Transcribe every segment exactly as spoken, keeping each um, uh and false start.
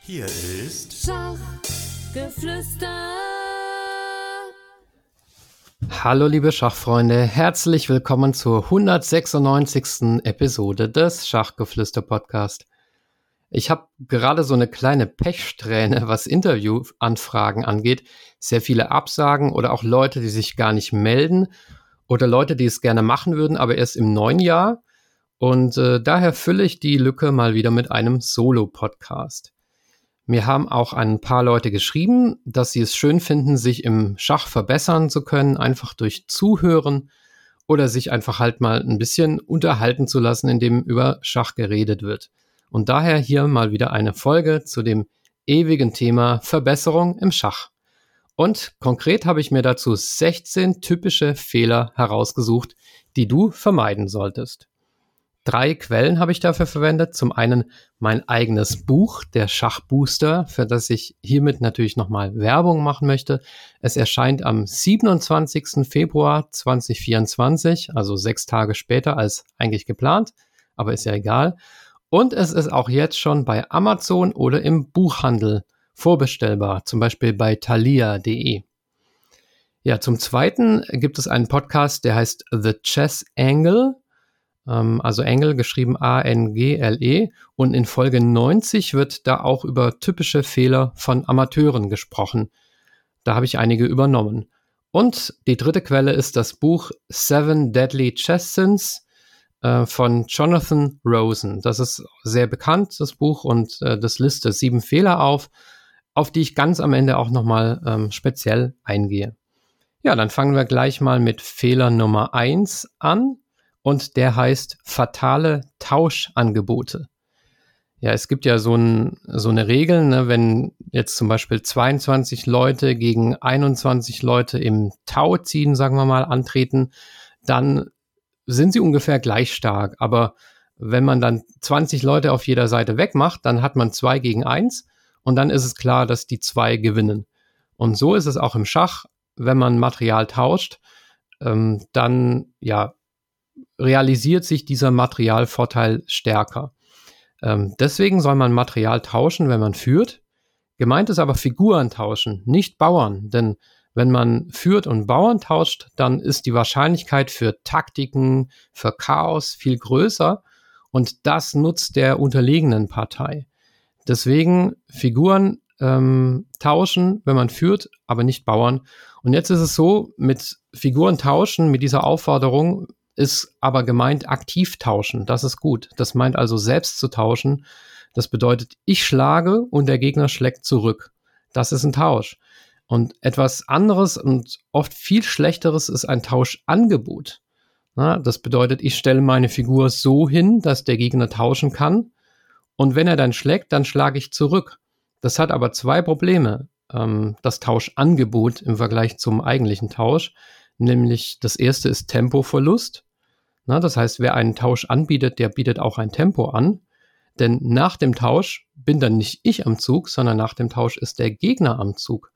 Hier ist Schachgeflüster. Hallo liebe Schachfreunde, herzlich willkommen zur hundertsechsundneunzigsten Episode des Schachgeflüster-Podcast. Ich habe gerade so eine kleine Pechsträhne, was Interviewanfragen angeht. Sehr viele Absagen oder auch Leute, die sich gar nicht melden oder Leute, die es gerne machen würden, aber erst im neuen Jahr. Und äh, daher fülle ich die Lücke mal wieder mit einem Solo-Podcast. Mir haben auch ein paar Leute geschrieben, dass sie es schön finden, sich im Schach verbessern zu können, einfach durch Zuhören oder sich einfach halt mal ein bisschen unterhalten zu lassen, indem über Schach geredet wird. Und daher hier mal wieder eine Folge zu dem ewigen Thema Verbesserung im Schach. Und konkret habe ich mir dazu sechzehn typische Fehler herausgesucht, die du vermeiden solltest. Drei Quellen habe ich dafür verwendet. Zum einen mein eigenes Buch, der Schachbooster, für das ich hiermit natürlich nochmal Werbung machen möchte. Es erscheint am siebenundzwanzigsten Februar zweitausendvierundzwanzig, also sechs Tage später als eigentlich geplant, aber ist ja egal. Und es ist auch jetzt schon bei Amazon oder im Buchhandel vorbestellbar, zum Beispiel bei thalia punkt de. Ja, zum Zweiten gibt es einen Podcast, der heißt The Chess Angle. Also Angle geschrieben A N G L E, und in Folge neunzig wird da auch über typische Fehler von Amateuren gesprochen. Da habe ich einige übernommen. Und die dritte Quelle ist das Buch Seven Deadly Chess Sins äh, von Jonathan Rosen. Das ist sehr bekannt, das Buch, und äh, das listet sieben Fehler auf, auf die ich ganz am Ende auch nochmal ähm, speziell eingehe. Ja, dann fangen wir gleich mal mit Fehler Nummer eins an. Und der heißt fatale Tauschangebote. Ja, es gibt ja so, ein, so eine Regel, ne, wenn jetzt zum Beispiel zweiundzwanzig Leute gegen einundzwanzig Leute im Tau ziehen, sagen wir mal, antreten, dann sind sie ungefähr gleich stark. Aber wenn man dann zwanzig Leute auf jeder Seite wegmacht, dann hat man zwei gegen eins und dann ist es klar, dass die zwei gewinnen. Und so ist es auch im Schach, wenn man Material tauscht, ähm, dann, ja, realisiert sich dieser Materialvorteil stärker. Ähm, deswegen soll man Material tauschen, wenn man führt. Gemeint ist aber Figuren tauschen, nicht Bauern. Denn wenn man führt und Bauern tauscht, dann ist die Wahrscheinlichkeit für Taktiken, für Chaos viel größer. Und das nutzt der unterlegenen Partei. Deswegen Figuren ähm, tauschen, wenn man führt, aber nicht Bauern. Und jetzt ist es so, mit Figuren tauschen, mit dieser Aufforderung, ist aber gemeint aktiv tauschen. Das ist gut. Das meint also selbst zu tauschen. Das bedeutet, ich schlage und der Gegner schlägt zurück. Das ist ein Tausch. Und etwas anderes und oft viel schlechteres ist ein Tauschangebot. Na, das bedeutet, ich stelle meine Figur so hin, dass der Gegner tauschen kann. Und wenn er dann schlägt, dann schlage ich zurück. Das hat aber zwei Probleme. Ähm, das Tauschangebot im Vergleich zum eigentlichen Tausch. Nämlich das erste ist Tempoverlust. Na, das heißt, wer einen Tausch anbietet, der bietet auch ein Tempo an. Denn nach dem Tausch bin dann nicht ich am Zug, sondern nach dem Tausch ist der Gegner am Zug.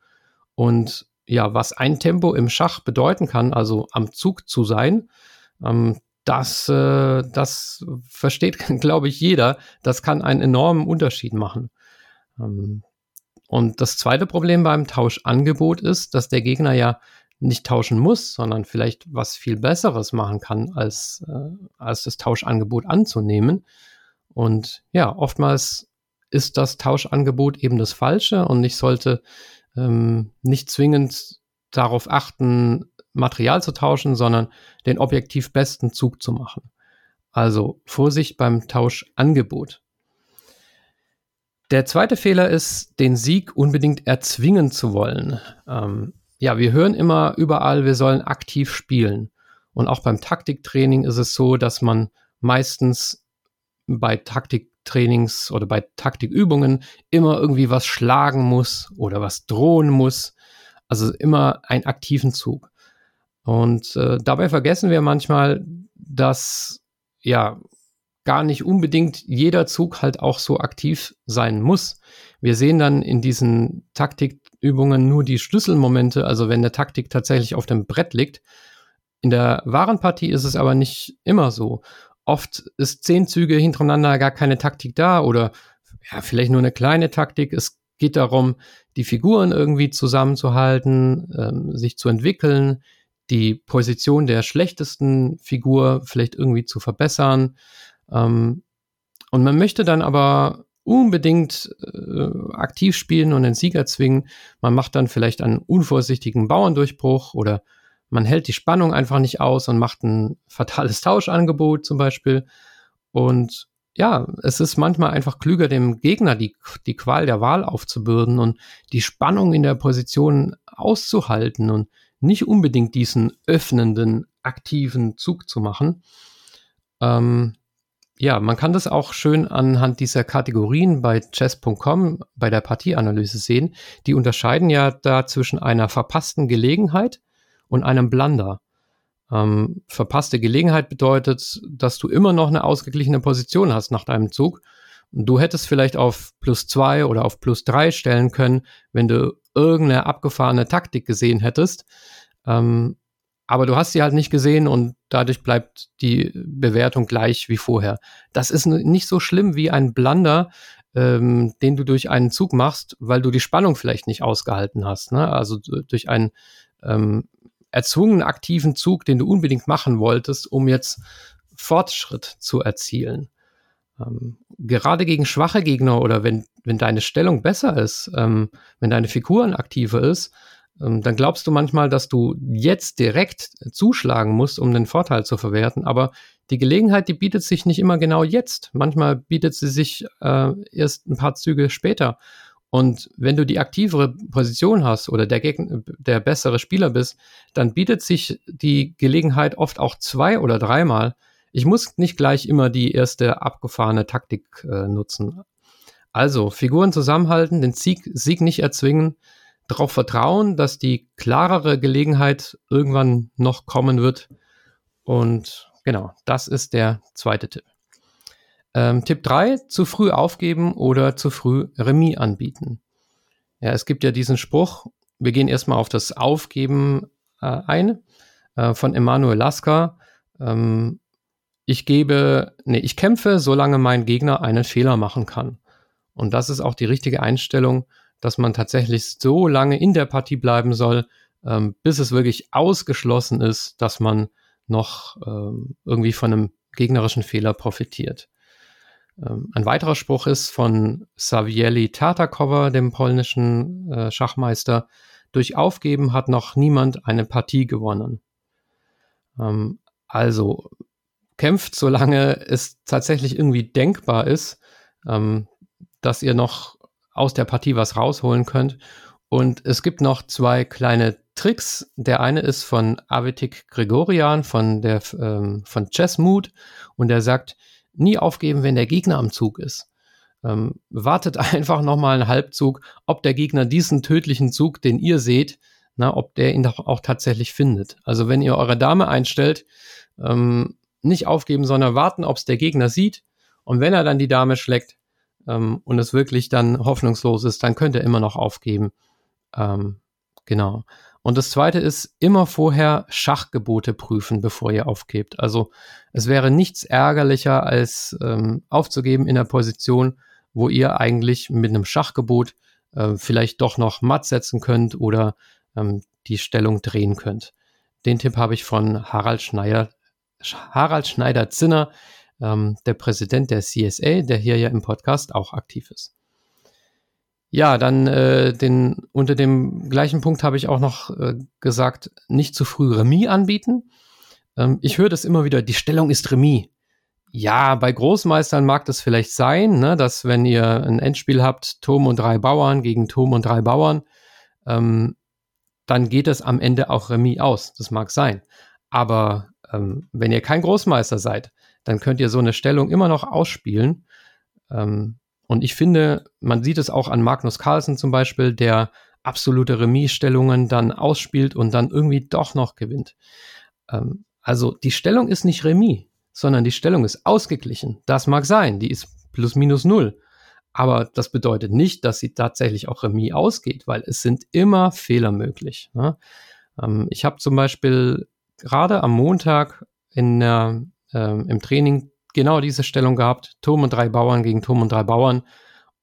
Und ja, was ein Tempo im Schach bedeuten kann, also am Zug zu sein, ähm, das, äh, das versteht, glaube ich, jeder. Das kann einen enormen Unterschied machen. Ähm, und das zweite Problem beim Tauschangebot ist, dass der Gegner ja nicht tauschen muss, sondern vielleicht was viel Besseres machen kann, als, äh, als das Tauschangebot anzunehmen. Und ja, oftmals ist das Tauschangebot eben das Falsche und ich sollte ähm, nicht zwingend darauf achten, Material zu tauschen, sondern den objektiv besten Zug zu machen. Also Vorsicht beim Tauschangebot. Der zweite Fehler ist, den Sieg unbedingt erzwingen zu wollen. Ähm, Ja, wir hören immer überall, wir sollen aktiv spielen. Und auch beim Taktiktraining ist es so, dass man meistens bei Taktiktrainings oder bei Taktikübungen immer irgendwie was schlagen muss oder was drohen muss. Also immer einen aktiven Zug. Und äh, dabei vergessen wir manchmal, dass ja gar nicht unbedingt jeder Zug halt auch so aktiv sein muss. Wir sehen dann in diesen Taktikübungen nur die Schlüsselmomente, also wenn eine Taktik tatsächlich auf dem Brett liegt. In der wahren Partie ist es aber nicht immer so. Oft ist zehn Züge hintereinander gar keine Taktik da oder ja, vielleicht nur eine kleine Taktik. Es geht darum, die Figuren irgendwie zusammenzuhalten, ähm, sich zu entwickeln, die Position der schlechtesten Figur vielleicht irgendwie zu verbessern. Ähm, und man möchte dann aber unbedingt äh, aktiv spielen und den Sieg erzwingen. Man macht dann vielleicht einen unvorsichtigen Bauerndurchbruch oder man hält die Spannung einfach nicht aus und macht ein fatales Tauschangebot zum Beispiel. Und ja, es ist manchmal einfach klüger, dem Gegner die, die Qual der Wahl aufzubürden und die Spannung in der Position auszuhalten und nicht unbedingt diesen öffnenden, aktiven Zug zu machen. Ähm, ja, man kann das auch schön anhand dieser Kategorien bei chess Punkt com bei der Partieanalyse sehen. Die unterscheiden ja da zwischen einer verpassten Gelegenheit und einem Blunder. Ähm, verpasste Gelegenheit bedeutet, dass du immer noch eine ausgeglichene Position hast nach deinem Zug. Du hättest vielleicht auf plus zwei oder auf plus drei stellen können, wenn du irgendeine abgefahrene Taktik gesehen hättest. Ähm, aber du hast sie halt nicht gesehen und dadurch bleibt die Bewertung gleich wie vorher. Das ist nicht so schlimm wie ein Blunder, ähm, den du durch einen Zug machst, weil du die Spannung vielleicht nicht ausgehalten hast. Ne? Also durch einen ähm, erzwungenen aktiven Zug, den du unbedingt machen wolltest, um jetzt Fortschritt zu erzielen. Ähm, gerade gegen schwache Gegner oder wenn, wenn deine Stellung besser ist, ähm, wenn deine Figuren aktiver ist, ähm, dann glaubst du manchmal, dass du jetzt direkt zuschlagen musst, um den Vorteil zu verwerten. Aber die Gelegenheit, die bietet sich nicht immer genau jetzt. Manchmal bietet sie sich äh, erst ein paar Züge später. Und wenn du die aktivere Position hast oder der Gegner, der bessere Spieler bist, dann bietet sich die Gelegenheit oft auch zwei oder dreimal. Ich muss nicht gleich immer die erste abgefahrene Taktik äh, nutzen. Also Figuren zusammenhalten, den Sieg, Sieg nicht erzwingen, darauf vertrauen, dass die klarere Gelegenheit irgendwann noch kommen wird. Und genau, das ist der zweite Tipp. Ähm, Tipp drei, zu früh aufgeben oder zu früh Remis anbieten. Ja, es gibt ja diesen Spruch, wir gehen erstmal auf das Aufgeben äh, ein, äh, von Emanuel Lasker. Ähm, ich gebe, nee, ich kämpfe, solange mein Gegner einen Fehler machen kann. Und das ist auch die richtige Einstellung, dass man tatsächlich so lange in der Partie bleiben soll, ähm, bis es wirklich ausgeschlossen ist, dass man noch ähm, irgendwie von einem gegnerischen Fehler profitiert. Ähm, ein weiterer Spruch ist von Savielly Tartakowa, dem polnischen äh, Schachmeister: Durch Aufgeben hat noch niemand eine Partie gewonnen. Ähm, also kämpft, solange es tatsächlich irgendwie denkbar ist, ähm, dass ihr noch aus der Partie was rausholen könnt. Und es gibt noch zwei kleine Tricks. Der eine ist von Avetik Gregorian von der ähm, von Chessmood und der sagt: Nie aufgeben, wenn der Gegner am Zug ist. Ähm, wartet einfach nochmal einen Halbzug, ob der Gegner diesen tödlichen Zug, den ihr seht, na, ob der ihn doch auch tatsächlich findet. Also wenn ihr eure Dame einstellt, ähm, nicht aufgeben, sondern warten, ob es der Gegner sieht. Und wenn er dann die Dame schlägt ähm, und es wirklich dann hoffnungslos ist, dann könnt ihr immer noch aufgeben. Ähm, genau. Und das Zweite ist, immer vorher Schachgebote prüfen, bevor ihr aufgebt. Also es wäre nichts ärgerlicher, als ähm, aufzugeben in einer Position, wo ihr eigentlich mit einem Schachgebot äh, vielleicht doch noch matt setzen könnt oder ähm, die Stellung drehen könnt. Den Tipp habe ich von Harald Schneider, Harald Schneider-Zinner, ähm, der Präsident der C S A, der hier ja im Podcast auch aktiv ist. Ja, dann äh, den, unter dem gleichen Punkt habe ich auch noch äh, gesagt, nicht zu früh Remis anbieten. Ähm, ich höre das immer wieder, die Stellung ist Remis. Ja, bei Großmeistern mag das vielleicht sein, ne, dass wenn ihr ein Endspiel habt, Turm und drei Bauern gegen Turm und drei Bauern, ähm, dann geht es am Ende auch Remis aus. Das mag sein. Aber ähm, wenn ihr kein Großmeister seid, dann könnt ihr so eine Stellung immer noch ausspielen. Ähm, Und ich finde, man sieht es auch an Magnus Carlsen zum Beispiel, der absolute Remis-Stellungen dann ausspielt und dann irgendwie doch noch gewinnt. Ähm, also die Stellung ist nicht Remis, sondern die Stellung ist ausgeglichen. Das mag sein, die ist plus minus null. Aber das bedeutet nicht, dass sie tatsächlich auch Remis ausgeht, weil es sind immer Fehler möglich. Ne? Ähm, ich habe zum Beispiel gerade am Montag in der, ähm, im Training genau diese Stellung gehabt, Turm und drei Bauern gegen Turm und drei Bauern.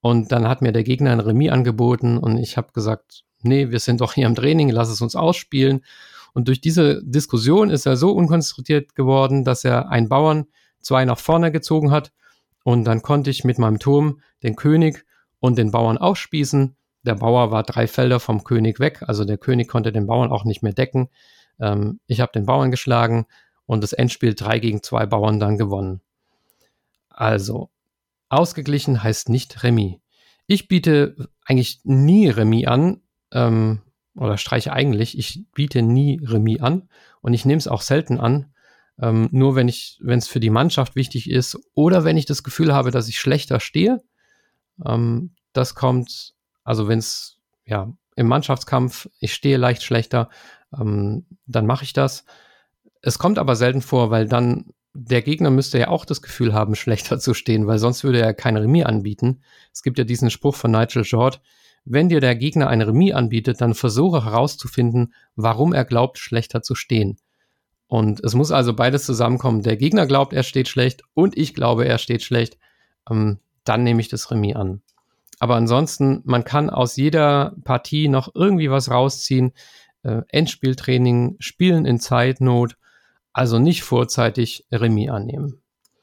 Und dann hat mir der Gegner ein Remis angeboten und ich habe gesagt, nee, wir sind doch hier im Training, lass es uns ausspielen. Und durch diese Diskussion ist er so unkonzentriert geworden, dass er einen Bauern zwei nach vorne gezogen hat. Und dann konnte ich mit meinem Turm den König und den Bauern aufspießen. Der Bauer war drei Felder vom König weg, also der König konnte den Bauern auch nicht mehr decken. Ähm, ich habe den Bauern geschlagen und das Endspiel drei gegen zwei Bauern dann gewonnen. Also, ausgeglichen heißt nicht Remis. Ich biete eigentlich nie Remis an, ähm, oder streiche eigentlich, ich biete nie Remis an und ich nehme es auch selten an, ähm, nur wenn ich, wenn es für die Mannschaft wichtig ist oder wenn ich das Gefühl habe, dass ich schlechter stehe. Ähm, das kommt, also wenn es, ja, im Mannschaftskampf, ich stehe leicht schlechter, ähm, dann mache ich das. Es kommt aber selten vor, weil dann der Gegner müsste ja auch das Gefühl haben, schlechter zu stehen, weil sonst würde er kein Remis anbieten. Es gibt ja diesen Spruch von Nigel George, wenn dir der Gegner ein Remis anbietet, dann versuche herauszufinden, warum er glaubt, schlechter zu stehen. Und es muss also beides zusammenkommen. Der Gegner glaubt, er steht schlecht und ich glaube, er steht schlecht. Ähm, dann nehme ich das Remis an. Aber ansonsten, man kann aus jeder Partie noch irgendwie was rausziehen. Äh, Endspieltraining, Spielen in Zeitnot, also nicht vorzeitig Remis annehmen.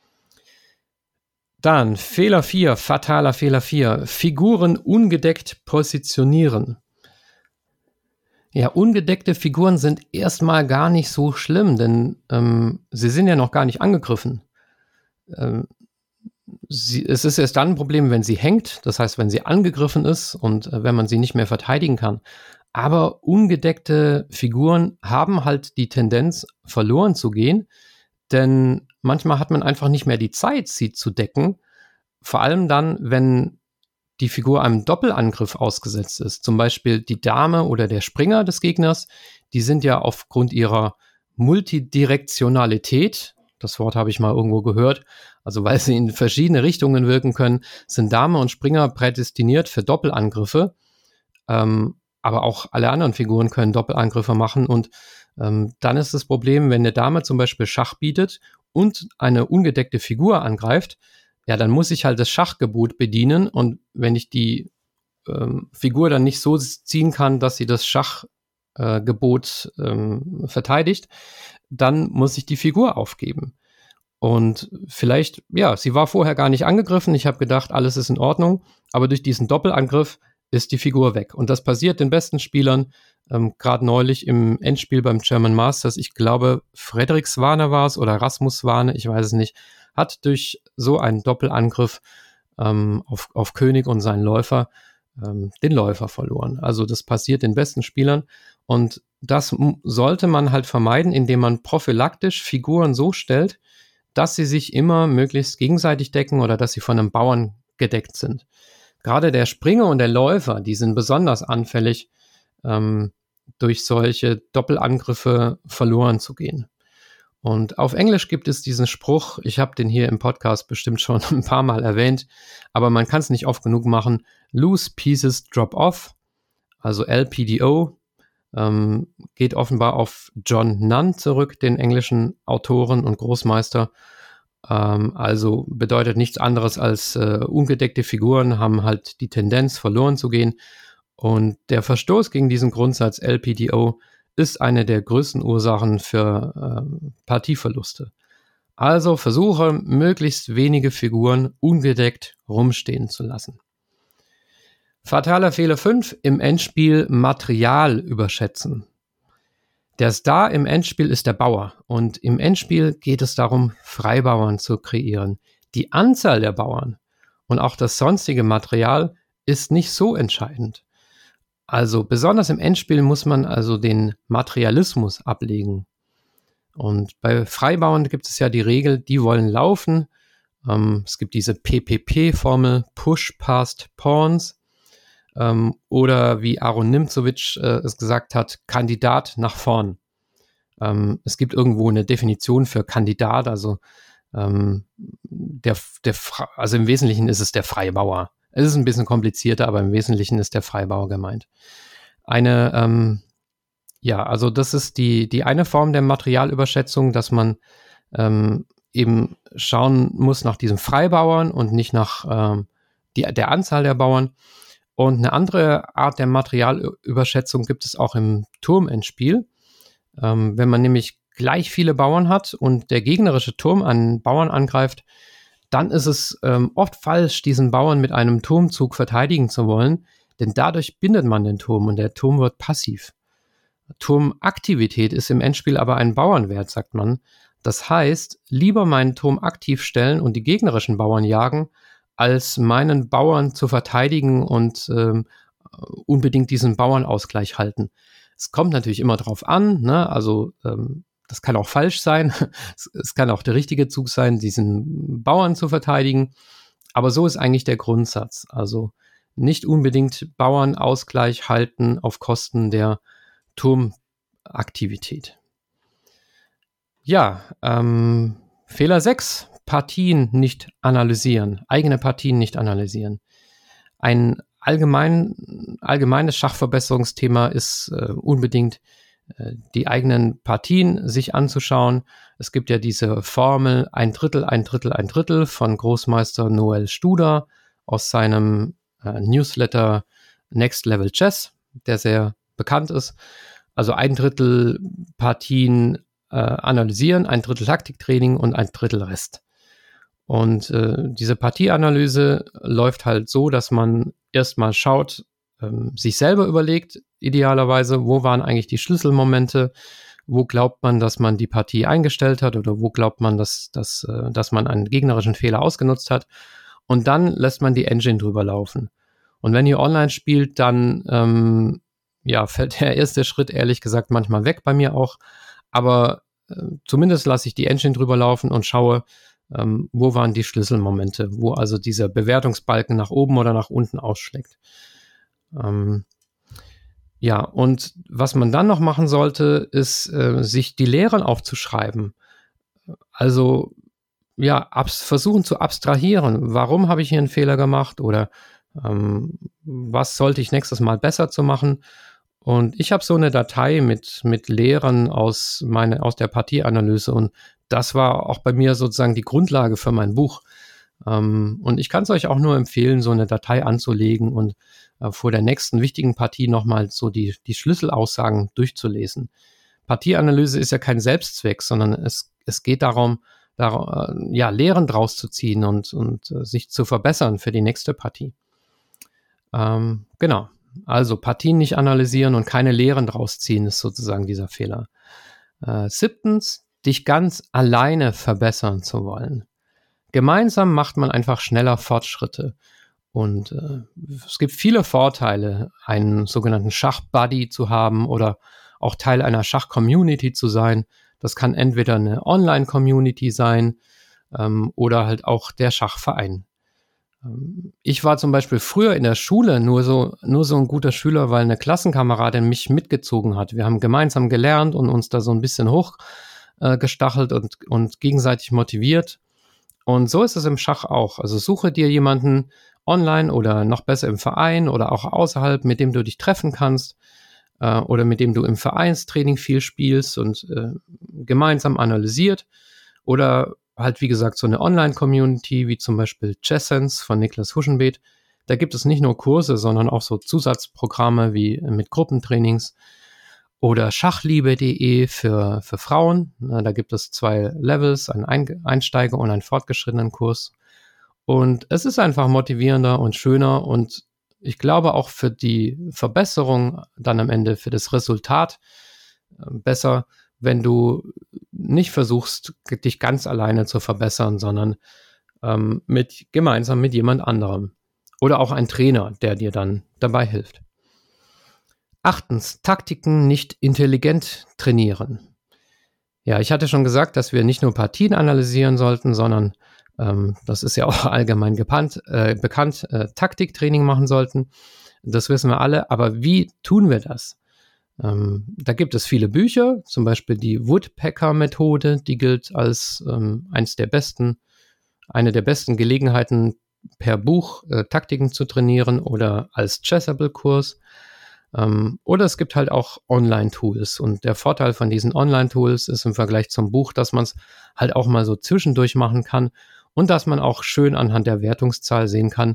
Dann Fehler vier, fataler Fehler vier, Figuren ungedeckt positionieren. Ja, ungedeckte Figuren sind erstmal gar nicht so schlimm, denn ähm, sie sind ja noch gar nicht angegriffen. Ähm, sie, es ist erst dann ein Problem, wenn sie hängt, das heißt, wenn sie angegriffen ist und äh, wenn man sie nicht mehr verteidigen kann. Aber ungedeckte Figuren haben halt die Tendenz, verloren zu gehen, denn manchmal hat man einfach nicht mehr die Zeit, sie zu decken. Vor allem dann, wenn die Figur einem Doppelangriff ausgesetzt ist. Zum Beispiel die Dame oder der Springer des Gegners, die sind ja aufgrund ihrer Multidirektionalität, das Wort habe ich mal irgendwo gehört, also weil sie in verschiedene Richtungen wirken können, sind Dame und Springer prädestiniert für Doppelangriffe. Ähm, aber auch alle anderen Figuren können Doppelangriffe machen und ähm, dann ist das Problem, wenn eine Dame zum Beispiel Schach bietet und eine ungedeckte Figur angreift, ja, dann muss ich halt das Schachgebot bedienen und wenn ich die ähm, Figur dann nicht so ziehen kann, dass sie das Schachgebot äh, ähm, verteidigt, dann muss ich die Figur aufgeben. Und vielleicht, ja, sie war vorher gar nicht angegriffen, ich habe gedacht, alles ist in Ordnung, aber durch diesen Doppelangriff ist die Figur weg. Und das passiert den besten Spielern, ähm, gerade neulich im Endspiel beim German Masters, ich glaube, Frederik Swane war es oder Rasmus Swane, ich weiß es nicht, hat durch so einen Doppelangriff ähm, auf, auf König und seinen Läufer ähm, den Läufer verloren. Also das passiert den besten Spielern und das m- sollte man halt vermeiden, indem man prophylaktisch Figuren so stellt, dass sie sich immer möglichst gegenseitig decken oder dass sie von einem Bauern gedeckt sind. Gerade der Springer und der Läufer, die sind besonders anfällig, ähm, durch solche Doppelangriffe verloren zu gehen. Und auf Englisch gibt es diesen Spruch, ich habe den hier im Podcast bestimmt schon ein paar Mal erwähnt, aber man kann es nicht oft genug machen, Loose Pieces Drop Off, also L P D O, ähm, geht offenbar auf John Nunn zurück, den englischen Autoren und Großmeister. Ähm, also bedeutet nichts anderes als äh, ungedeckte Figuren haben halt die Tendenz, verloren zu gehen. Und der Verstoß gegen diesen Grundsatz L P D O ist eine der größten Ursachen für äh, Partieverluste. Also versuche, möglichst wenige Figuren ungedeckt rumstehen zu lassen. Fataler Fehler fünf, im Endspiel Material überschätzen. Der Star im Endspiel ist der Bauer und im Endspiel geht es darum, Freibauern zu kreieren. Die Anzahl der Bauern und auch das sonstige Material ist nicht so entscheidend. Also besonders im Endspiel muss man also den Materialismus ablegen. Und bei Freibauern gibt es ja die Regel, die wollen laufen. Ähm, es gibt diese P P P-Formel, Push Past Pawns. Ähm, oder wie Aaron Nimzowitsch äh, es gesagt hat, Kandidat nach vorn. Ähm, es gibt irgendwo eine Definition für Kandidat, also ähm, der, der, also im Wesentlichen ist es der Freibauer. Es ist ein bisschen komplizierter, aber im Wesentlichen ist der Freibauer gemeint. Eine, ähm, ja, also das ist die, die eine Form der Materialüberschätzung, dass man ähm, eben schauen muss nach diesen Freibauern und nicht nach ähm, die, der Anzahl der Bauern. Und eine andere Art der Materialüberschätzung gibt es auch im Turmendspiel. Ähm, wenn man nämlich gleich viele Bauern hat und der gegnerische Turm einen Bauern angreift, dann ist es ähm, oft falsch, diesen Bauern mit einem Turmzug verteidigen zu wollen, denn dadurch bindet man den Turm und der Turm wird passiv. Turmaktivität ist im Endspiel aber ein Bauernwert, sagt man. Das heißt, lieber meinen Turm aktiv stellen und die gegnerischen Bauern jagen, als meinen Bauern zu verteidigen und ähm, unbedingt diesen Bauernausgleich halten. Es kommt natürlich immer drauf an, ne? Also ähm, das kann auch falsch sein. Es, es kann auch der richtige Zug sein, diesen Bauern zu verteidigen. Aber so ist eigentlich der Grundsatz. Also nicht unbedingt Bauernausgleich halten auf Kosten der Turmaktivität. Ja, ähm, Fehler sechs. Partien nicht analysieren. Eigene Partien nicht analysieren. Ein allgemein, allgemeines Schachverbesserungsthema ist äh, unbedingt die eigenen Partien sich anzuschauen. Es gibt ja diese Formel ein Drittel, ein Drittel, ein Drittel von Großmeister Noel Studer aus seinem äh, Newsletter Next Level Chess, der sehr bekannt ist. Also ein Drittel Partien äh, analysieren, ein Drittel Taktiktraining und ein Drittel Rest. Und äh, diese Partieanalyse läuft halt so, dass man erstmal schaut, ähm, sich selber überlegt, idealerweise, wo waren eigentlich die Schlüsselmomente, wo glaubt man, dass man die Partie eingestellt hat oder wo glaubt man, dass, dass, äh, dass man einen gegnerischen Fehler ausgenutzt hat. Und dann lässt man die Engine drüber laufen. Und wenn ihr online spielt, dann ähm, ja, fällt der erste Schritt ehrlich gesagt manchmal weg bei mir auch. Aber äh, zumindest lasse ich die Engine drüber laufen und schaue, ähm, wo waren die Schlüsselmomente, wo also dieser Bewertungsbalken nach oben oder nach unten ausschlägt. Ähm, ja, und was man dann noch machen sollte, ist, äh, sich die Lehren aufzuschreiben. Also, ja, abs- versuchen zu abstrahieren. Warum habe ich hier einen Fehler gemacht? Oder ähm, was sollte ich nächstes Mal besser zu machen? Und ich habe so eine Datei mit, mit Lehren aus, meine, aus der Partieanalyse. Und das war auch bei mir sozusagen die Grundlage für mein Buch. Ähm, und ich kann es euch auch nur empfehlen, so eine Datei anzulegen und äh, vor der nächsten wichtigen Partie nochmal so die, die Schlüsselaussagen durchzulesen. Partieanalyse ist ja kein Selbstzweck, sondern es, es geht darum, dar- äh, ja, Lehren draus zu ziehen und, und äh, sich zu verbessern für die nächste Partie. Ähm, genau. Also Partien nicht analysieren und keine Lehren draus ziehen, ist sozusagen dieser Fehler. Äh, siebtens, dich ganz alleine verbessern zu wollen. Gemeinsam macht man einfach schneller Fortschritte. Und äh, es gibt viele Vorteile, einen sogenannten Schach-Buddy zu haben oder auch Teil einer Schach-Community zu sein. Das kann entweder eine Online-Community sein ähm, oder halt auch der Schachverein. Ähm, ich war zum Beispiel früher in der Schule nur so, nur so ein guter Schüler, weil eine Klassenkameradin mich mitgezogen hat. Wir haben gemeinsam gelernt und uns da so ein bisschen hochgestachelt äh, und, und gegenseitig motiviert. Und so ist es im Schach auch. Also suche dir jemanden online oder noch besser im Verein oder auch außerhalb, mit dem du dich treffen kannst äh, oder mit dem du im Vereinstraining viel spielst und äh, gemeinsam analysiert. Oder halt, wie gesagt, so eine Online-Community wie zum Beispiel Chessens von Niklas Huschenbeet. Da gibt es nicht nur Kurse, sondern auch so Zusatzprogramme wie mit Gruppentrainings. Oder schachliebe punkt de für, für Frauen. Da gibt es zwei Levels, einen Einsteiger- und einen fortgeschrittenen Kurs. Und es ist einfach motivierender und schöner und ich glaube auch für die Verbesserung dann am Ende, für das Resultat besser, wenn du nicht versuchst, dich ganz alleine zu verbessern, sondern ähm, mit, gemeinsam mit jemand anderem. Oder auch ein Trainer, der dir dann dabei hilft. Achtens, Taktiken nicht intelligent trainieren. Ja, ich hatte schon gesagt, dass wir nicht nur Partien analysieren sollten, sondern, ähm, das ist ja auch allgemein gepannt, äh, bekannt, äh, Taktiktraining machen sollten. Das wissen wir alle, aber wie tun wir das? Ähm, da gibt es viele Bücher, zum Beispiel die Woodpecker-Methode, die gilt als ähm, eins der besten, eine der besten Gelegenheiten, per Buch äh, Taktiken zu trainieren oder als Chessable-Kurs. Ähm, oder es gibt halt auch Online-Tools. Und der Vorteil von diesen Online-Tools ist im Vergleich zum Buch, dass man es halt auch mal so zwischendurch machen kann und dass man auch schön anhand der Wertungszahl sehen kann,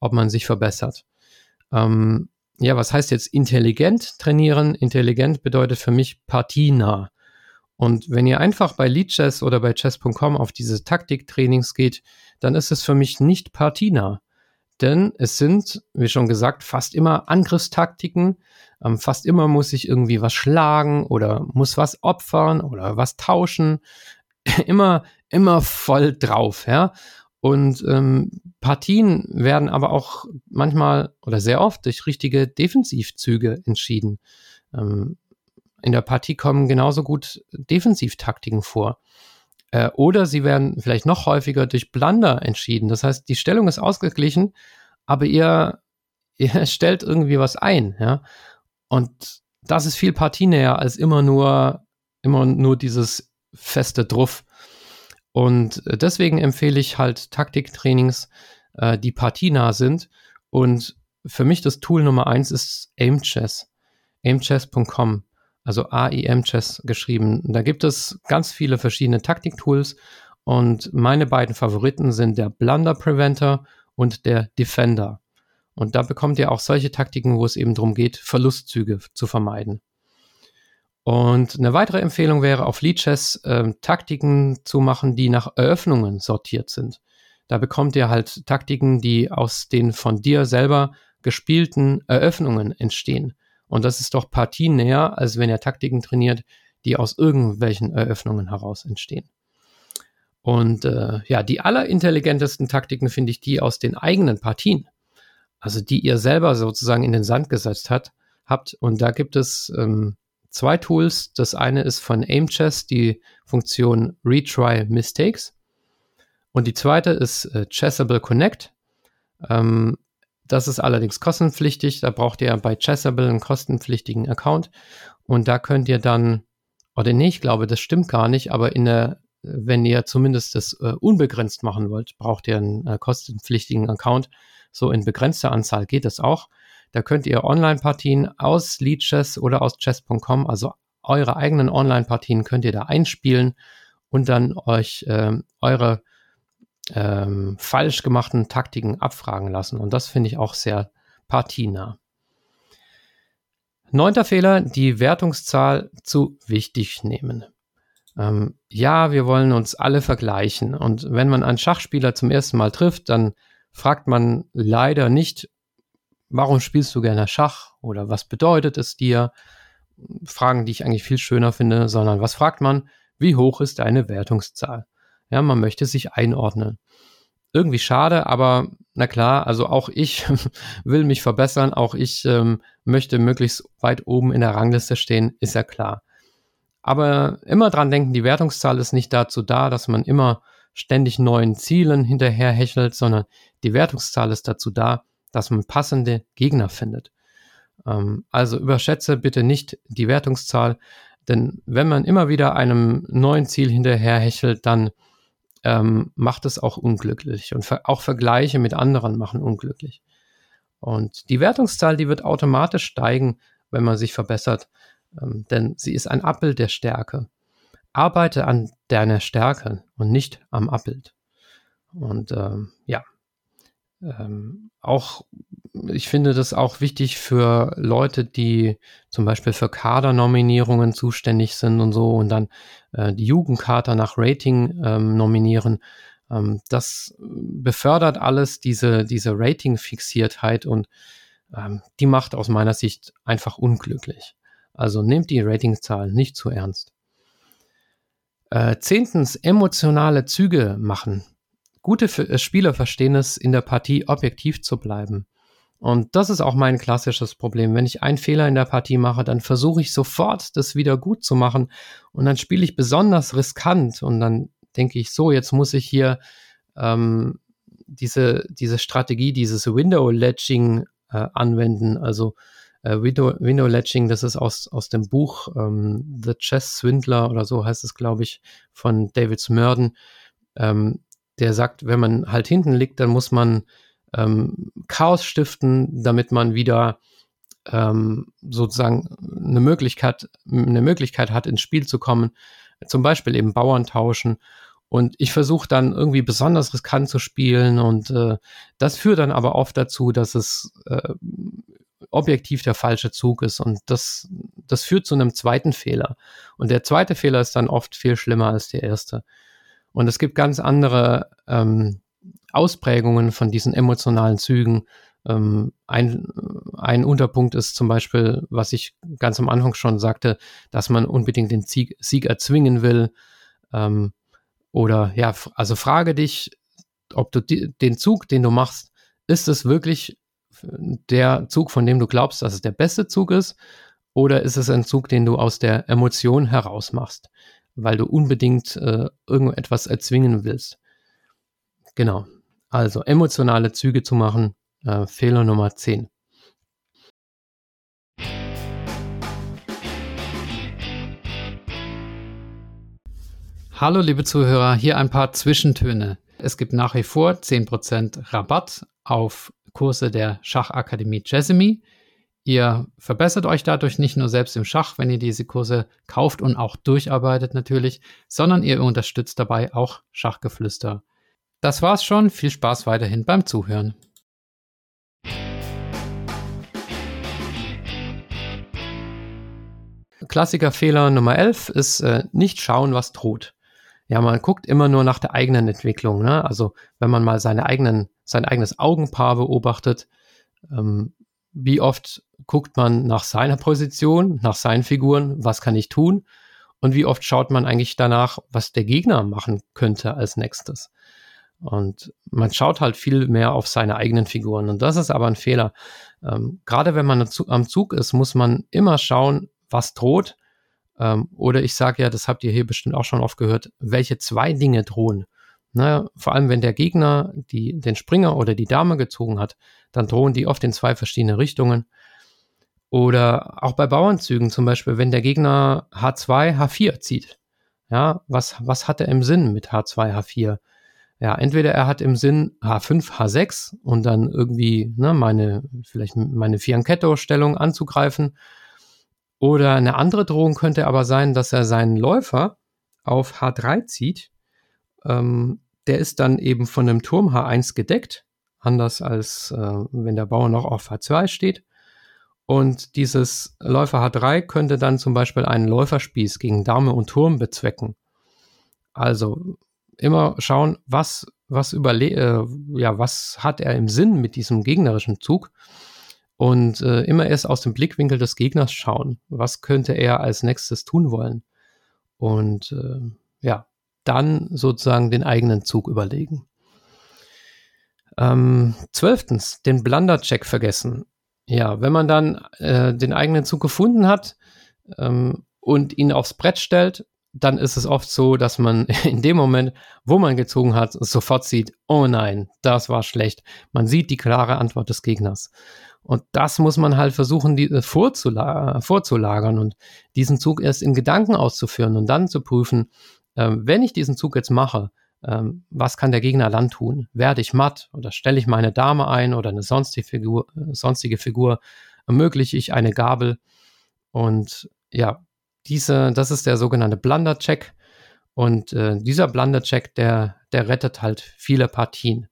ob man sich verbessert. Ähm, ja, was heißt jetzt intelligent trainieren? Intelligent bedeutet für mich partienah. Und wenn ihr einfach bei Lichess oder bei chess Punkt com auf diese Taktiktrainings geht, dann ist es für mich nicht partienah. Denn es sind, wie schon gesagt, fast immer Angriffstaktiken. Ähm, fast immer muss ich irgendwie was schlagen oder muss was opfern oder was tauschen. immer, immer voll drauf, ja. Und ähm, Partien werden aber auch manchmal oder sehr oft durch richtige Defensivzüge entschieden. Ähm, in der Partie kommen genauso gut Defensivtaktiken vor. Äh, oder sie werden vielleicht noch häufiger durch Blunder entschieden. Das heißt, die Stellung ist ausgeglichen, aber ihr, ihr stellt irgendwie was ein, ja. Und das ist viel partienäher als immer nur, immer nur dieses feste Druff. Und deswegen empfehle ich halt Taktiktrainings, äh, die partienah sind. Und für mich das Tool Nummer eins ist Aimchess. Aimchess Punkt com. Also A I M Chess geschrieben. Da gibt es ganz viele verschiedene Taktiktools und meine beiden Favoriten sind der Blunder Preventer und der Defender. Und da bekommt ihr auch solche Taktiken, wo es eben darum geht, Verlustzüge zu vermeiden. Und eine weitere Empfehlung wäre auf Lichess äh, Taktiken zu machen, die nach Eröffnungen sortiert sind. Da bekommt ihr halt Taktiken, die aus den von dir selber gespielten Eröffnungen entstehen. Und das ist doch partienäher, als wenn ihr Taktiken trainiert, die aus irgendwelchen Eröffnungen heraus entstehen. Und äh, ja, die allerintelligentesten Taktiken finde ich die aus den eigenen Partien. Also die ihr selber sozusagen in den Sand gesetzt hat, habt. Und da gibt es ähm, zwei Tools. Das eine ist von Aimchess, die Funktion Retry Mistakes. Und die zweite ist äh, Chessable Connect. Ähm, Das ist allerdings kostenpflichtig. Da braucht ihr bei Chessable einen kostenpflichtigen Account. Und da könnt ihr dann, oder nee, ich glaube, das stimmt gar nicht, aber in der, wenn ihr zumindest das äh, unbegrenzt machen wollt, braucht ihr einen äh, kostenpflichtigen Account. So in begrenzter Anzahl geht das auch. Da könnt ihr Online-Partien aus Lichess oder aus chess Punkt com, also eure eigenen Online-Partien könnt ihr da einspielen und dann euch äh, eure Ähm, falsch gemachten Taktiken abfragen lassen. Und das finde ich auch sehr partienah. Neunter Fehler, die Wertungszahl zu wichtig nehmen. Ähm, ja, wir wollen uns alle vergleichen. Und wenn man einen Schachspieler zum ersten Mal trifft, dann fragt man leider nicht, warum spielst du gerne Schach oder was bedeutet es dir? Fragen, die ich eigentlich viel schöner finde, sondern was fragt man? Wie hoch ist deine Wertungszahl? Ja, man möchte sich einordnen. Irgendwie schade, aber na klar, also auch ich will mich verbessern, auch ich ähm, möchte möglichst weit oben in der Rangliste stehen, ist ja klar. Aber immer dran denken, die Wertungszahl ist nicht dazu da, dass man immer ständig neuen Zielen hinterherhechelt, sondern die Wertungszahl ist dazu da, dass man passende Gegner findet. Ähm, also überschätze bitte nicht die Wertungszahl, denn wenn man immer wieder einem neuen Ziel hinterherhechelt, dann ähm, macht es auch unglücklich. Und ver- auch Vergleiche mit anderen machen unglücklich. Und die Wertungszahl, die wird automatisch steigen, wenn man sich verbessert, ähm, denn sie ist ein Abbild der Stärke. Arbeite an deiner Stärke und nicht am Abbild. Und ähm, ja, ähm, auch, ich finde das auch wichtig für Leute, die zum Beispiel für Kadernominierungen zuständig sind und so und dann äh, die Jugendkader nach Rating ähm, nominieren. Ähm, das befördert alles diese, diese Rating-Fixiertheit und ähm, die macht aus meiner Sicht einfach unglücklich. Also nehmt die Ratingzahlen nicht zu ernst. Äh, zehntens, emotionale Züge machen. Gute F- Spieler verstehen es, in der Partie objektiv zu bleiben. Und das ist auch mein klassisches Problem. Wenn ich einen Fehler in der Partie mache, dann versuche ich sofort, das wieder gut zu machen. Und dann spiele ich besonders riskant. Und dann denke ich, so, jetzt muss ich hier ähm, diese, diese Strategie, dieses Window-Ledging äh, anwenden. Also äh, Window, Window-Ledging, das ist aus, aus dem Buch ähm, The Chess Swindler oder so heißt es, glaube ich, von David Smurden. Ähm, der sagt, wenn man halt hinten liegt, dann muss man ähm, Chaos stiften, damit man wieder ähm, sozusagen eine Möglichkeit, eine Möglichkeit hat, ins Spiel zu kommen. Zum Beispiel eben Bauern tauschen Und ich versuche dann irgendwie besonders riskant zu spielen und äh, das führt dann aber oft dazu, dass es äh, objektiv der falsche Zug ist und das, das führt zu einem zweiten Fehler. Und der zweite Fehler ist dann oft viel schlimmer als der erste. Und es gibt ganz andere ähm, Ausprägungen von diesen emotionalen Zügen. Ähm, ein, ein Unterpunkt ist zum Beispiel, was ich ganz am Anfang schon sagte, dass man unbedingt den Sieg, Sieg erzwingen will. Ähm, oder ja, also frage dich, ob du die, den Zug, den du machst, ist es wirklich der Zug, von dem du glaubst, dass es der beste Zug ist, oder ist es ein Zug, den du aus der Emotion heraus machst, weil du unbedingt äh, irgendetwas erzwingen willst. Genau. Also emotionale Züge zu machen, äh, Fehler Nummer zehn. Hallo liebe Zuhörer, hier ein paar Zwischentöne. Es gibt nach wie vor zehn Prozent Rabatt auf Kurse der Schachakademie Jessamy. Ihr verbessert euch dadurch nicht nur selbst im Schach, wenn ihr diese Kurse kauft und auch durcharbeitet natürlich, sondern ihr unterstützt dabei auch Schachgeflüster. Das war's schon, viel Spaß weiterhin beim Zuhören. Klassikerfehler Nummer elf ist äh, nicht schauen, was droht. Ja, man guckt immer nur nach der eigenen Entwicklung, ne? Also wenn man mal seine eigenen, sein eigenes Augenpaar beobachtet, ähm, wie oft guckt man nach seiner Position, nach seinen Figuren, was kann ich tun? Und wie oft schaut man eigentlich danach, was der Gegner machen könnte als nächstes? Und man schaut halt viel mehr auf seine eigenen Figuren. Und das ist aber ein Fehler. Ähm, gerade wenn man am Zug ist, muss man immer schauen, was droht. Ähm, oder ich sage ja, das habt ihr hier bestimmt auch schon oft gehört, welche zwei Dinge drohen. Naja, vor allem, wenn der Gegner die, den Springer oder die Dame gezogen hat, dann drohen die oft in zwei verschiedene Richtungen. Oder auch bei Bauernzügen zum Beispiel, wenn der Gegner H zwei, H vier zieht. Ja, was, was hat er im Sinn mit H zwei, H vier? Ja, entweder er hat im Sinn H fünf, H sechs und dann irgendwie ne, meine, vielleicht meine Fianchetto-Stellung anzugreifen. Oder eine andere Drohung könnte aber sein, dass er seinen Läufer auf H drei zieht. Ähm, der ist dann eben von einem Turm H eins gedeckt, anders als äh, wenn der Bauer noch auf H zwei steht. Und dieses Läufer H drei könnte dann zum Beispiel einen Läuferspieß gegen Dame und Turm bezwecken. Also immer schauen, was, was, überle- äh, ja, was hat er im Sinn mit diesem gegnerischen Zug. Und äh, immer erst aus dem Blickwinkel des Gegners schauen. Was könnte er als nächstes tun wollen? Und äh, ja, dann sozusagen den eigenen Zug überlegen. Ähm, zwölftens, den Blunder-Check vergessen. Ja, wenn man dann äh, den eigenen Zug gefunden hat ähm, und ihn aufs Brett stellt, dann ist es oft so, dass man in dem Moment, wo man gezogen hat, sofort sieht, oh nein, das war schlecht. Man sieht die klare Antwort des Gegners. Und das muss man halt versuchen, die, äh, vorzula- vorzulagern und diesen Zug erst in Gedanken auszuführen und dann zu prüfen, ähm, wenn ich diesen Zug jetzt mache, ähm, was kann der Gegner dann tun? Werde ich matt oder stelle ich meine Dame ein oder eine sonstige Figur, äh, sonstige Figur, ermögliche ich eine Gabel? Und ja, diese, das ist der sogenannte Blunder-Check. Und äh, dieser Blunder-Check, der, der rettet halt viele Partien.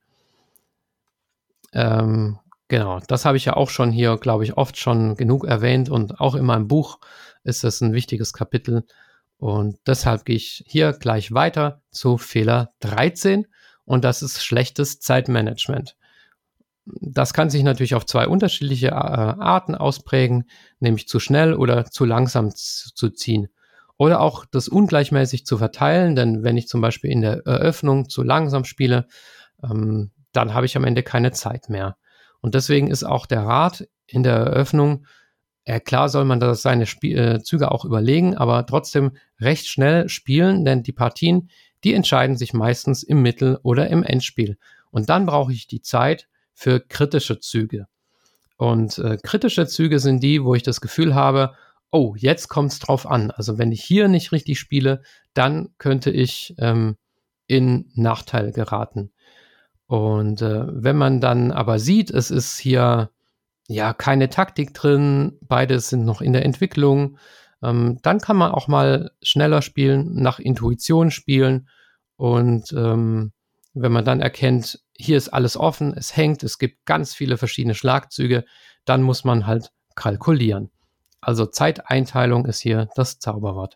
Ähm, genau, das habe ich ja auch schon hier, glaube ich, oft schon genug erwähnt und auch in meinem Buch ist das ein wichtiges Kapitel. Und deshalb gehe ich hier gleich weiter zu Fehler dreizehn und das ist schlechtes Zeitmanagement. Das kann sich natürlich auf zwei unterschiedliche äh, Arten ausprägen, nämlich zu schnell oder zu langsam zu, zu ziehen. Oder auch das ungleichmäßig zu verteilen, denn wenn ich zum Beispiel in der Eröffnung zu langsam spiele, ähm, dann habe ich am Ende keine Zeit mehr. Und deswegen ist auch der Rat in der Eröffnung, äh, klar soll man das seine Spie- äh, Züge auch überlegen, aber trotzdem recht schnell spielen, denn die Partien, die entscheiden sich meistens im Mittel- oder im Endspiel. Und dann brauche ich die Zeit für kritische Züge. Und äh, kritische Züge sind die, wo ich das Gefühl habe, oh, jetzt kommt es drauf an. Also wenn ich hier nicht richtig spiele, dann könnte ich ähm, in Nachteil geraten. Und äh, wenn man dann aber sieht, es ist hier ja keine Taktik drin, beide sind noch in der Entwicklung, ähm, dann kann man auch mal schneller spielen, nach Intuition spielen Und ähm, wenn man dann erkennt, hier ist alles offen, es hängt, es gibt ganz viele verschiedene Schlagzüge, dann muss man halt kalkulieren. Also Zeiteinteilung ist hier das Zauberwort.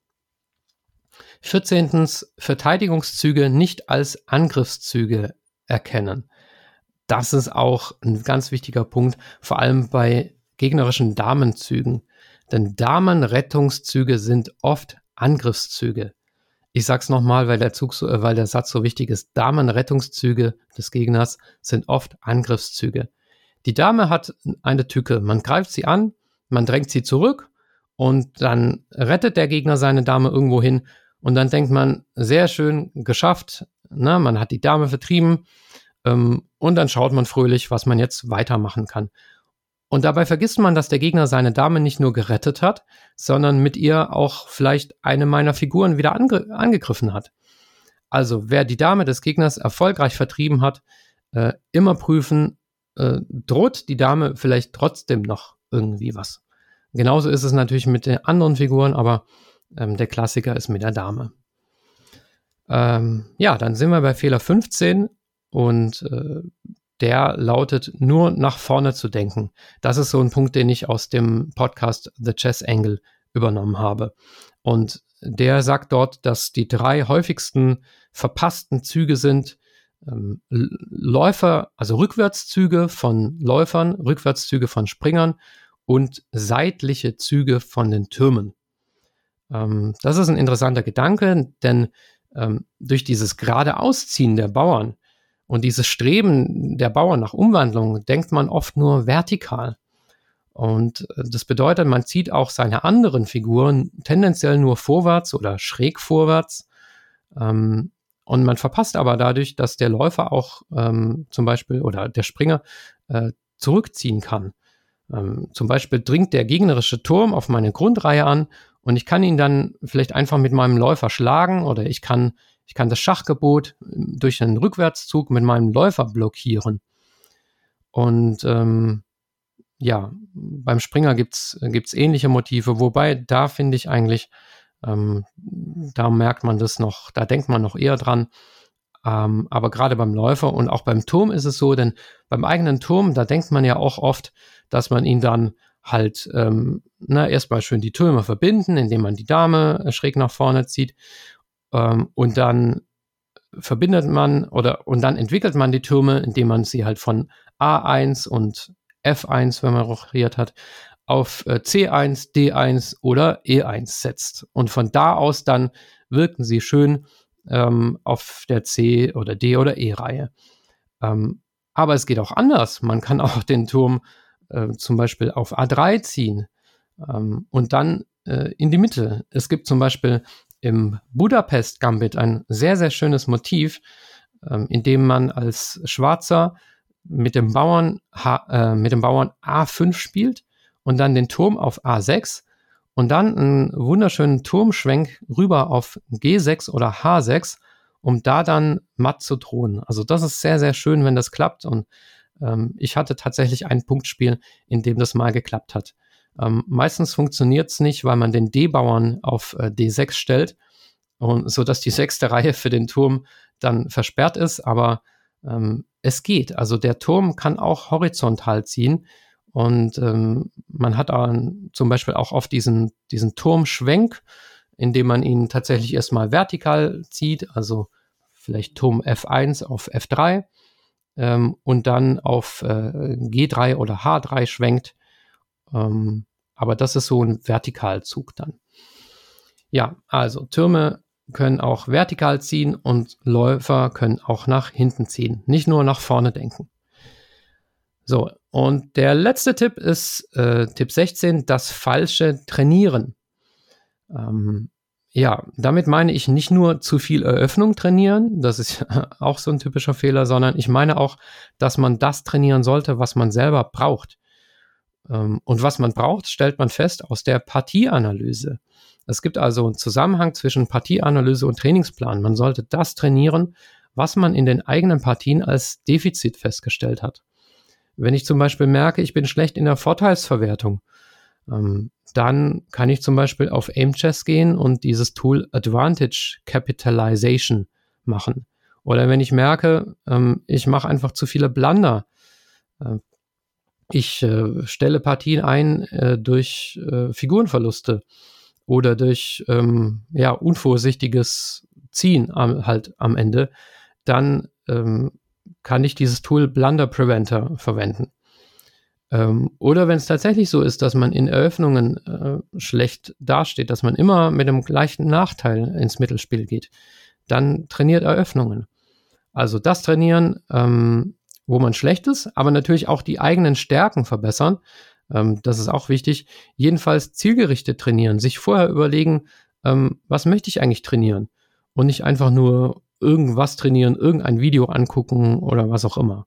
vierzehntens. Verteidigungszüge nicht als Angriffszüge erkennen. Das ist auch ein ganz wichtiger Punkt, vor allem bei gegnerischen Damenzügen. Denn Damenrettungszüge sind oft Angriffszüge. Ich sag's nochmal, weil der Zug so, äh, weil der Satz so wichtig ist. Damenrettungszüge des Gegners sind oft Angriffszüge. Die Dame hat eine Tücke. Man greift sie an, man drängt sie zurück und dann rettet der Gegner seine Dame irgendwo hin und dann denkt man, sehr schön geschafft, na, man hat die Dame vertrieben ähm, und dann schaut man fröhlich, was man jetzt weitermachen kann. Und dabei vergisst man, dass der Gegner seine Dame nicht nur gerettet hat, sondern mit ihr auch vielleicht eine meiner Figuren wieder ange- angegriffen hat. Also wer die Dame des Gegners erfolgreich vertrieben hat, äh, immer prüfen, äh, droht die Dame vielleicht trotzdem noch irgendwie was. Genauso ist es natürlich mit den anderen Figuren, aber ähm, der Klassiker ist mit der Dame. Ähm, ja, dann sind wir bei Fehler fünfzehn und äh, der lautet, nur nach vorne zu denken. Das ist so ein Punkt, den ich aus dem Podcast The Chess Angle übernommen habe. Und der sagt dort, dass die drei häufigsten verpassten Züge sind ähm, Läufer, also Rückwärtszüge von Läufern, Rückwärtszüge von Springern und seitliche Züge von den Türmen. Ähm, das ist ein interessanter Gedanke, denn ähm, durch dieses Geradeausziehen der Bauern und dieses Streben der Bauern nach Umwandlung denkt man oft nur vertikal. Und das bedeutet, man zieht auch seine anderen Figuren tendenziell nur vorwärts oder schräg vorwärts. Ähm, und man verpasst aber dadurch, dass der Läufer auch ähm, zum Beispiel oder der Springer äh, zurückziehen kann. Ähm, zum Beispiel dringt der gegnerische Turm auf meine Grundreihe an und ich kann ihn dann vielleicht einfach mit meinem Läufer schlagen oder ich kann Ich kann das Schachgebot durch einen Rückwärtszug mit meinem Läufer blockieren. Und ähm, ja, beim Springer gibt's gibt's ähnliche Motive, wobei da finde ich eigentlich, ähm, da merkt man das noch, da denkt man noch eher dran. Ähm, aber gerade beim Läufer und auch beim Turm ist es so, denn beim eigenen Turm, da denkt man ja auch oft, dass man ihn dann halt ähm, na, erstmal schön die Türme verbinden, indem man die Dame schräg nach vorne zieht. Und dann verbindet man oder und dann entwickelt man die Türme, indem man sie halt von A eins und F eins, wenn man rochiert hat, auf C eins, D eins oder E eins setzt. Und von da aus dann wirken sie schön ähm, auf der C- oder D- oder E-Reihe. Ähm, aber es geht auch anders. Man kann auch den Turm äh, zum Beispiel auf A drei ziehen ähm, und dann äh, in die Mitte. Es gibt zum Beispiel im Budapest-Gambit ein sehr, sehr schönes Motiv, ähm, in dem man als Schwarzer mit dem Bauern, H, äh, mit dem Bauern A fünf spielt und dann den Turm auf A sechs und dann einen wunderschönen Turmschwenk rüber auf G sechs oder H sechs, um da dann matt zu drohen. Also das ist sehr, sehr schön, wenn das klappt und ähm, ich hatte tatsächlich ein Punktspiel, in dem das mal geklappt hat. Ähm, meistens funktioniert es nicht, weil man den D-Bauern auf äh, D sechs stellt, und so dass die sechste Reihe für den Turm dann versperrt ist, aber ähm, es geht. Also der Turm kann auch horizontal ziehen und ähm, man hat dann zum Beispiel auch oft diesen, diesen Turmschwenk, indem man ihn tatsächlich erstmal vertikal zieht, also vielleicht Turm F eins auf F drei ähm, und dann auf äh, G drei oder H drei schwenkt. Ähm, aber das ist so ein Vertikalzug dann. Ja, also Türme können auch vertikal ziehen und Läufer können auch nach hinten ziehen, nicht nur nach vorne denken. So, und der letzte Tipp ist äh, Tipp sechzehn, das falsche Trainieren. Ähm, ja, damit meine ich nicht nur zu viel Eröffnung trainieren, das ist auch so ein typischer Fehler, sondern ich meine auch, dass man das trainieren sollte, was man selber braucht. Und was man braucht, stellt man fest aus der Partieanalyse. Es gibt also einen Zusammenhang zwischen Partieanalyse und Trainingsplan. Man sollte das trainieren, was man in den eigenen Partien als Defizit festgestellt hat. Wenn ich zum Beispiel merke, ich bin schlecht in der Vorteilsverwertung, ähm, dann kann ich zum Beispiel auf Aimchess gehen und dieses Tool Advantage Capitalization machen. Oder wenn ich merke, ähm, ich mache einfach zu viele Blunder. Äh, ich äh, stelle Partien ein äh, durch äh, Figurenverluste oder durch ähm, ja, unvorsichtiges Ziehen am, halt am Ende, dann ähm, kann ich dieses Tool Blunder Preventer verwenden. Ähm, oder wenn es tatsächlich so ist, dass man in Eröffnungen äh, schlecht dasteht, dass man immer mit einem gleichen Nachteil ins Mittelspiel geht, dann trainiert Eröffnungen. Also das trainieren, ähm, wo man schlecht ist, aber natürlich auch die eigenen Stärken verbessern. Ähm, das ist auch wichtig. Jedenfalls zielgerichtet trainieren, sich vorher überlegen, ähm, was möchte ich eigentlich trainieren? Und nicht einfach nur irgendwas trainieren, irgendein Video angucken oder was auch immer.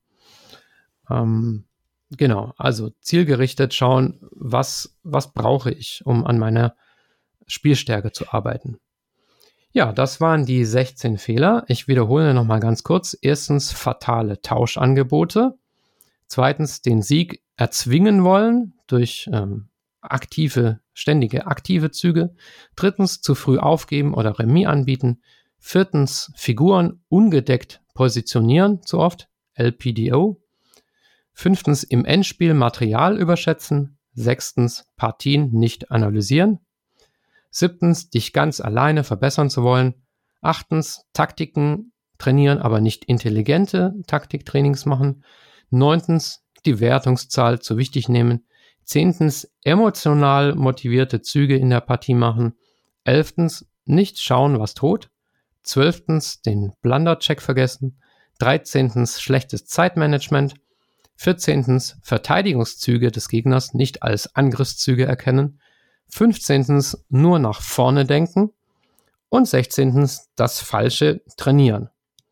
Ähm, genau, also zielgerichtet schauen, was, was brauche ich, um an meiner Spielstärke zu arbeiten. Ja, das waren die sechzehn Fehler. Ich wiederhole nochmal ganz kurz. Erstens fatale Tauschangebote. Zweitens den Sieg erzwingen wollen durch ähm, aktive, ständige aktive Züge. Drittens zu früh aufgeben oder Remis anbieten. Viertens Figuren ungedeckt positionieren, zu oft, L P D O. Fünftens im Endspiel Material überschätzen. Sechstens Partien nicht analysieren. Siebtens, dich ganz alleine verbessern zu wollen. Achtens, Taktiken trainieren, aber nicht intelligente Taktiktrainings machen. Neuntens, die Wertungszahl zu wichtig nehmen. Zehntens, emotional motivierte Züge in der Partie machen. Elftens, nicht schauen, was droht. Zwölftens, den Blunder-Check vergessen. Dreizehntens, schlechtes Zeitmanagement. Vierzehntens, Verteidigungszüge des Gegners nicht als Angriffszüge erkennen. fünfzehntens nur nach vorne denken und sechzehntens das falsche Trainieren.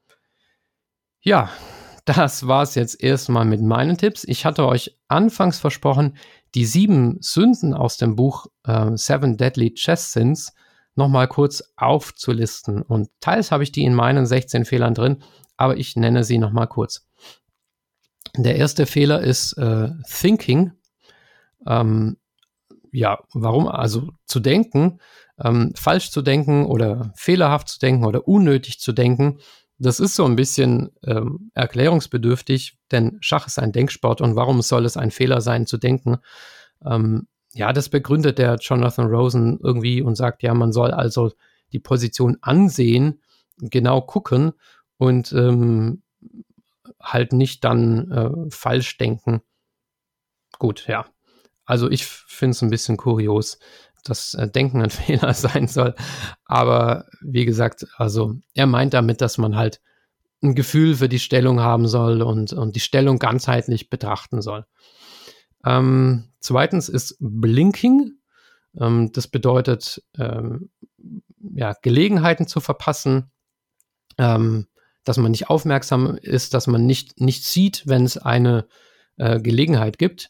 Ja, das war es jetzt erstmal mit meinen Tipps. Ich hatte euch anfangs versprochen, die sieben Sünden aus dem Buch äh, Seven Deadly Chess Sins nochmal kurz aufzulisten. Und teils habe ich die in meinen sechzehn Fehlern drin, aber ich nenne sie nochmal kurz. Der erste Fehler ist äh, Thinking. Ähm, Ja, warum? Also zu denken, ähm, falsch zu denken oder fehlerhaft zu denken oder unnötig zu denken, das ist so ein bisschen ähm, erklärungsbedürftig, denn Schach ist ein Denksport und warum soll es ein Fehler sein, zu denken? Ähm, ja, das begründet der Jonathan Rosen irgendwie und sagt, ja, man soll also die Position ansehen, genau gucken und ähm, halt nicht dann äh, falsch denken. Gut, ja. Also ich finde es ein bisschen kurios, dass äh, Denken ein Fehler sein soll. Aber wie gesagt, also er meint damit, dass man halt ein Gefühl für die Stellung haben soll und, und die Stellung ganzheitlich betrachten soll. Ähm, zweitens ist Blinking. Ähm, das bedeutet, ähm, ja, Gelegenheiten zu verpassen, ähm, dass man nicht aufmerksam ist, dass man nicht, nicht sieht, wenn es eine äh, Gelegenheit gibt.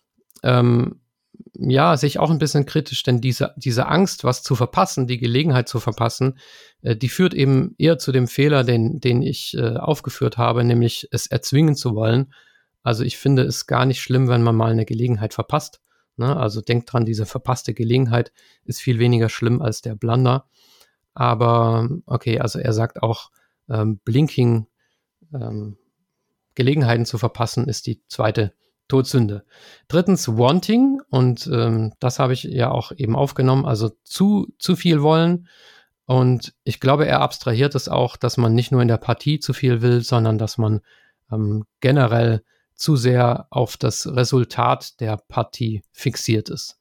Ähm, ja, sehe ich auch ein bisschen kritisch, denn diese, diese Angst, was zu verpassen, die Gelegenheit zu verpassen, äh, die führt eben eher zu dem Fehler, den, den ich äh, aufgeführt habe, nämlich es erzwingen zu wollen. Also ich finde es gar nicht schlimm, wenn man mal eine Gelegenheit verpasst. Ne? Also denkt dran, diese verpasste Gelegenheit ist viel weniger schlimm als der Blunder. Aber okay, also er sagt auch, ähm, Blinking, ähm, Gelegenheiten zu verpassen, ist die zweite Todsünde. Drittens Wanting, und ähm, das habe ich ja auch eben aufgenommen, also zu, zu viel wollen. Und ich glaube, er abstrahiert es auch, dass man nicht nur in der Partie zu viel will, sondern dass man ähm, generell zu sehr auf das Resultat der Partie fixiert ist.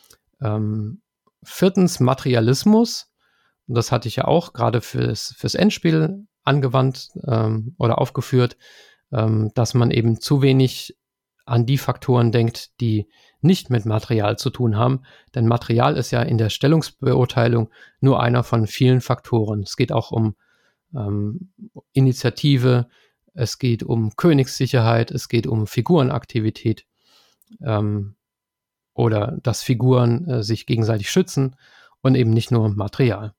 Ähm, viertens Materialismus. Und das hatte ich ja auch gerade fürs, fürs Endspiel angewandt ähm, oder aufgeführt, ähm, dass man eben zu wenig an die Faktoren denkt, die nicht mit Material zu tun haben. Denn Material ist ja in der Stellungsbeurteilung nur einer von vielen Faktoren. Es geht auch um ähm, Initiative, es geht um Königssicherheit, es geht um Figurenaktivität ähm, oder dass Figuren äh, sich gegenseitig schützen und eben nicht nur Material.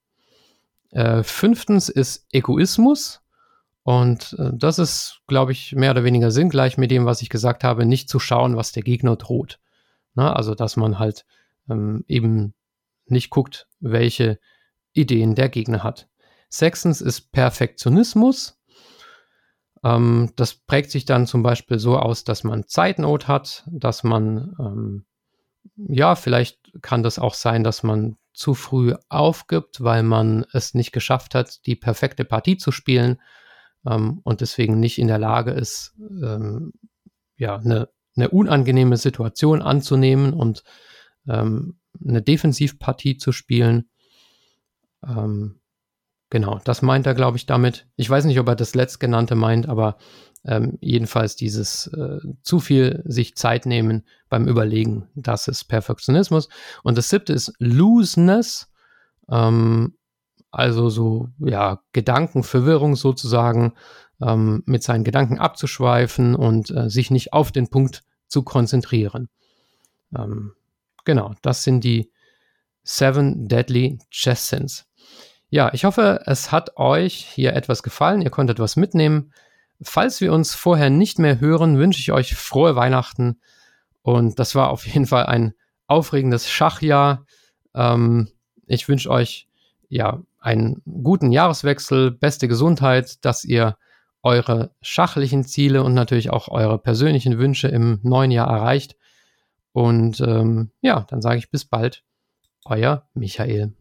Äh, fünftens ist Egoismus. Und äh, das ist, glaube ich, mehr oder weniger sinngleich mit dem, was ich gesagt habe, nicht zu schauen, was der Gegner droht. Na, also, dass man halt ähm, eben nicht guckt, welche Ideen der Gegner hat. Sechstens ist Perfektionismus. Ähm, das prägt sich dann zum Beispiel so aus, dass man Zeitnot hat, dass man, ähm, ja, vielleicht kann das auch sein, dass man zu früh aufgibt, weil man es nicht geschafft hat, die perfekte Partie zu spielen, ähm, und deswegen nicht in der Lage ist, ähm, ja, eine, eine unangenehme Situation anzunehmen und ähm, eine Defensivpartie zu spielen. Ähm, genau, das meint er, glaube ich, damit. Ich weiß nicht, ob er das Letztgenannte meint, aber ähm, jedenfalls dieses äh, zu viel sich Zeit nehmen beim Überlegen, das ist Perfektionismus. Und das siebte ist Looseness, ähm, also so, ja, Gedankenverwirrung sozusagen, ähm, mit seinen Gedanken abzuschweifen und äh, sich nicht auf den Punkt zu konzentrieren. Ähm, genau, das sind die Seven Deadly Chess Sins. Ja, ich hoffe, es hat euch hier etwas gefallen. Ihr konntet was mitnehmen. Falls wir uns vorher nicht mehr hören, wünsche ich euch frohe Weihnachten. Und das war auf jeden Fall ein aufregendes Schachjahr. Ähm, ich wünsche euch ja einen guten Jahreswechsel, beste Gesundheit, dass ihr eure schachlichen Ziele und natürlich auch eure persönlichen Wünsche im neuen Jahr erreicht. Und ähm, ja, dann sage ich bis bald. Euer Michael.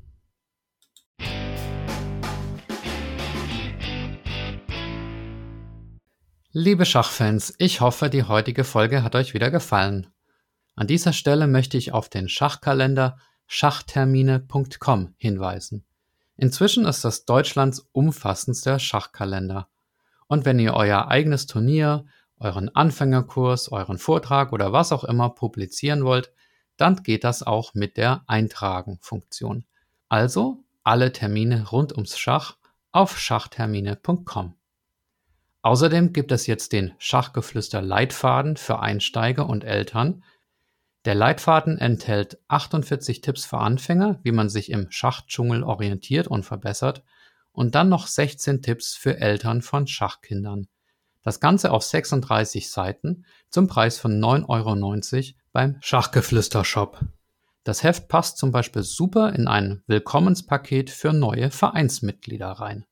Liebe Schachfans, ich hoffe, die heutige Folge hat euch wieder gefallen. An dieser Stelle möchte ich auf den Schachkalender schachtermine punkt com hinweisen. Inzwischen ist das Deutschlands umfassendster Schachkalender. Und wenn ihr euer eigenes Turnier, euren Anfängerkurs, euren Vortrag oder was auch immer publizieren wollt, dann geht das auch mit der Eintragen-Funktion. Also alle Termine rund ums Schach auf schachtermine punkt com. Außerdem gibt es jetzt den Schachgeflüster-Leitfaden für Einsteiger und Eltern. Der Leitfaden enthält achtundvierzig Tipps für Anfänger, wie man sich im Schachdschungel orientiert und verbessert, und dann noch sechzehn Tipps für Eltern von Schachkindern. Das Ganze auf sechsunddreißig Seiten zum Preis von neun Euro neunzig beim Schachgeflüster-Shop. Das Heft passt zum Beispiel super in ein Willkommenspaket für neue Vereinsmitglieder rein.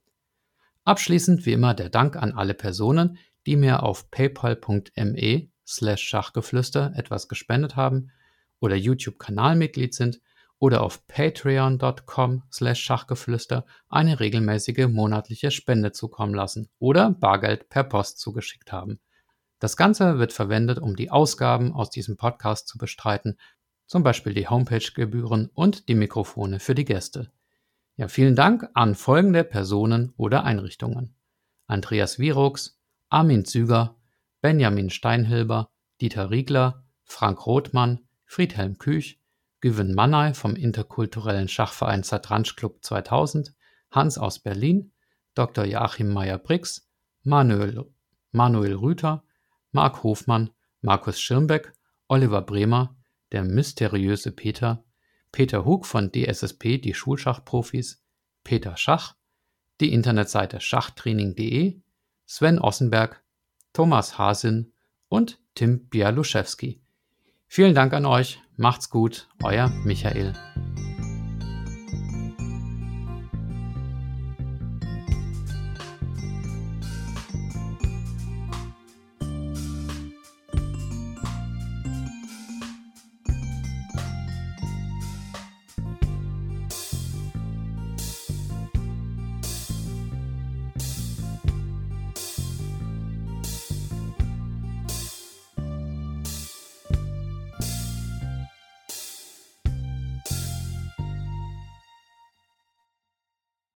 Abschließend wie immer der Dank an alle Personen, die mir auf paypal punkt me slash schachgeflüster etwas gespendet haben oder YouTube-Kanalmitglied sind oder auf patreon punkt com slash schachgeflüster eine regelmäßige monatliche Spende zukommen lassen oder Bargeld per Post zugeschickt haben. Das Ganze wird verwendet, um die Ausgaben aus diesem Podcast zu bestreiten, zum Beispiel die Homepage-Gebühren und die Mikrofone für die Gäste. Ja, vielen Dank an folgende Personen oder Einrichtungen: Andreas Wierucks, Armin Züger, Benjamin Steinhilber, Dieter Riegler, Frank Rothmann, Friedhelm Küch, Güven Mannay vom interkulturellen Schachverein Satranj Club zweitausend, Hans aus Berlin, Doktor Joachim Meyer-Brix, Manuel, Manuel Rüther, Marc Hofmann, Markus Schirmbeck, Oliver Bremer, der mysteriöse Peter, Peter Hug von D S S P, die Schulschachprofis, Peter Schach, die Internetseite schachtraining punkt de, Sven Ossenberg, Thomas Hasin und Tim Bialuszewski. Vielen Dank an euch, macht's gut, euer Michael.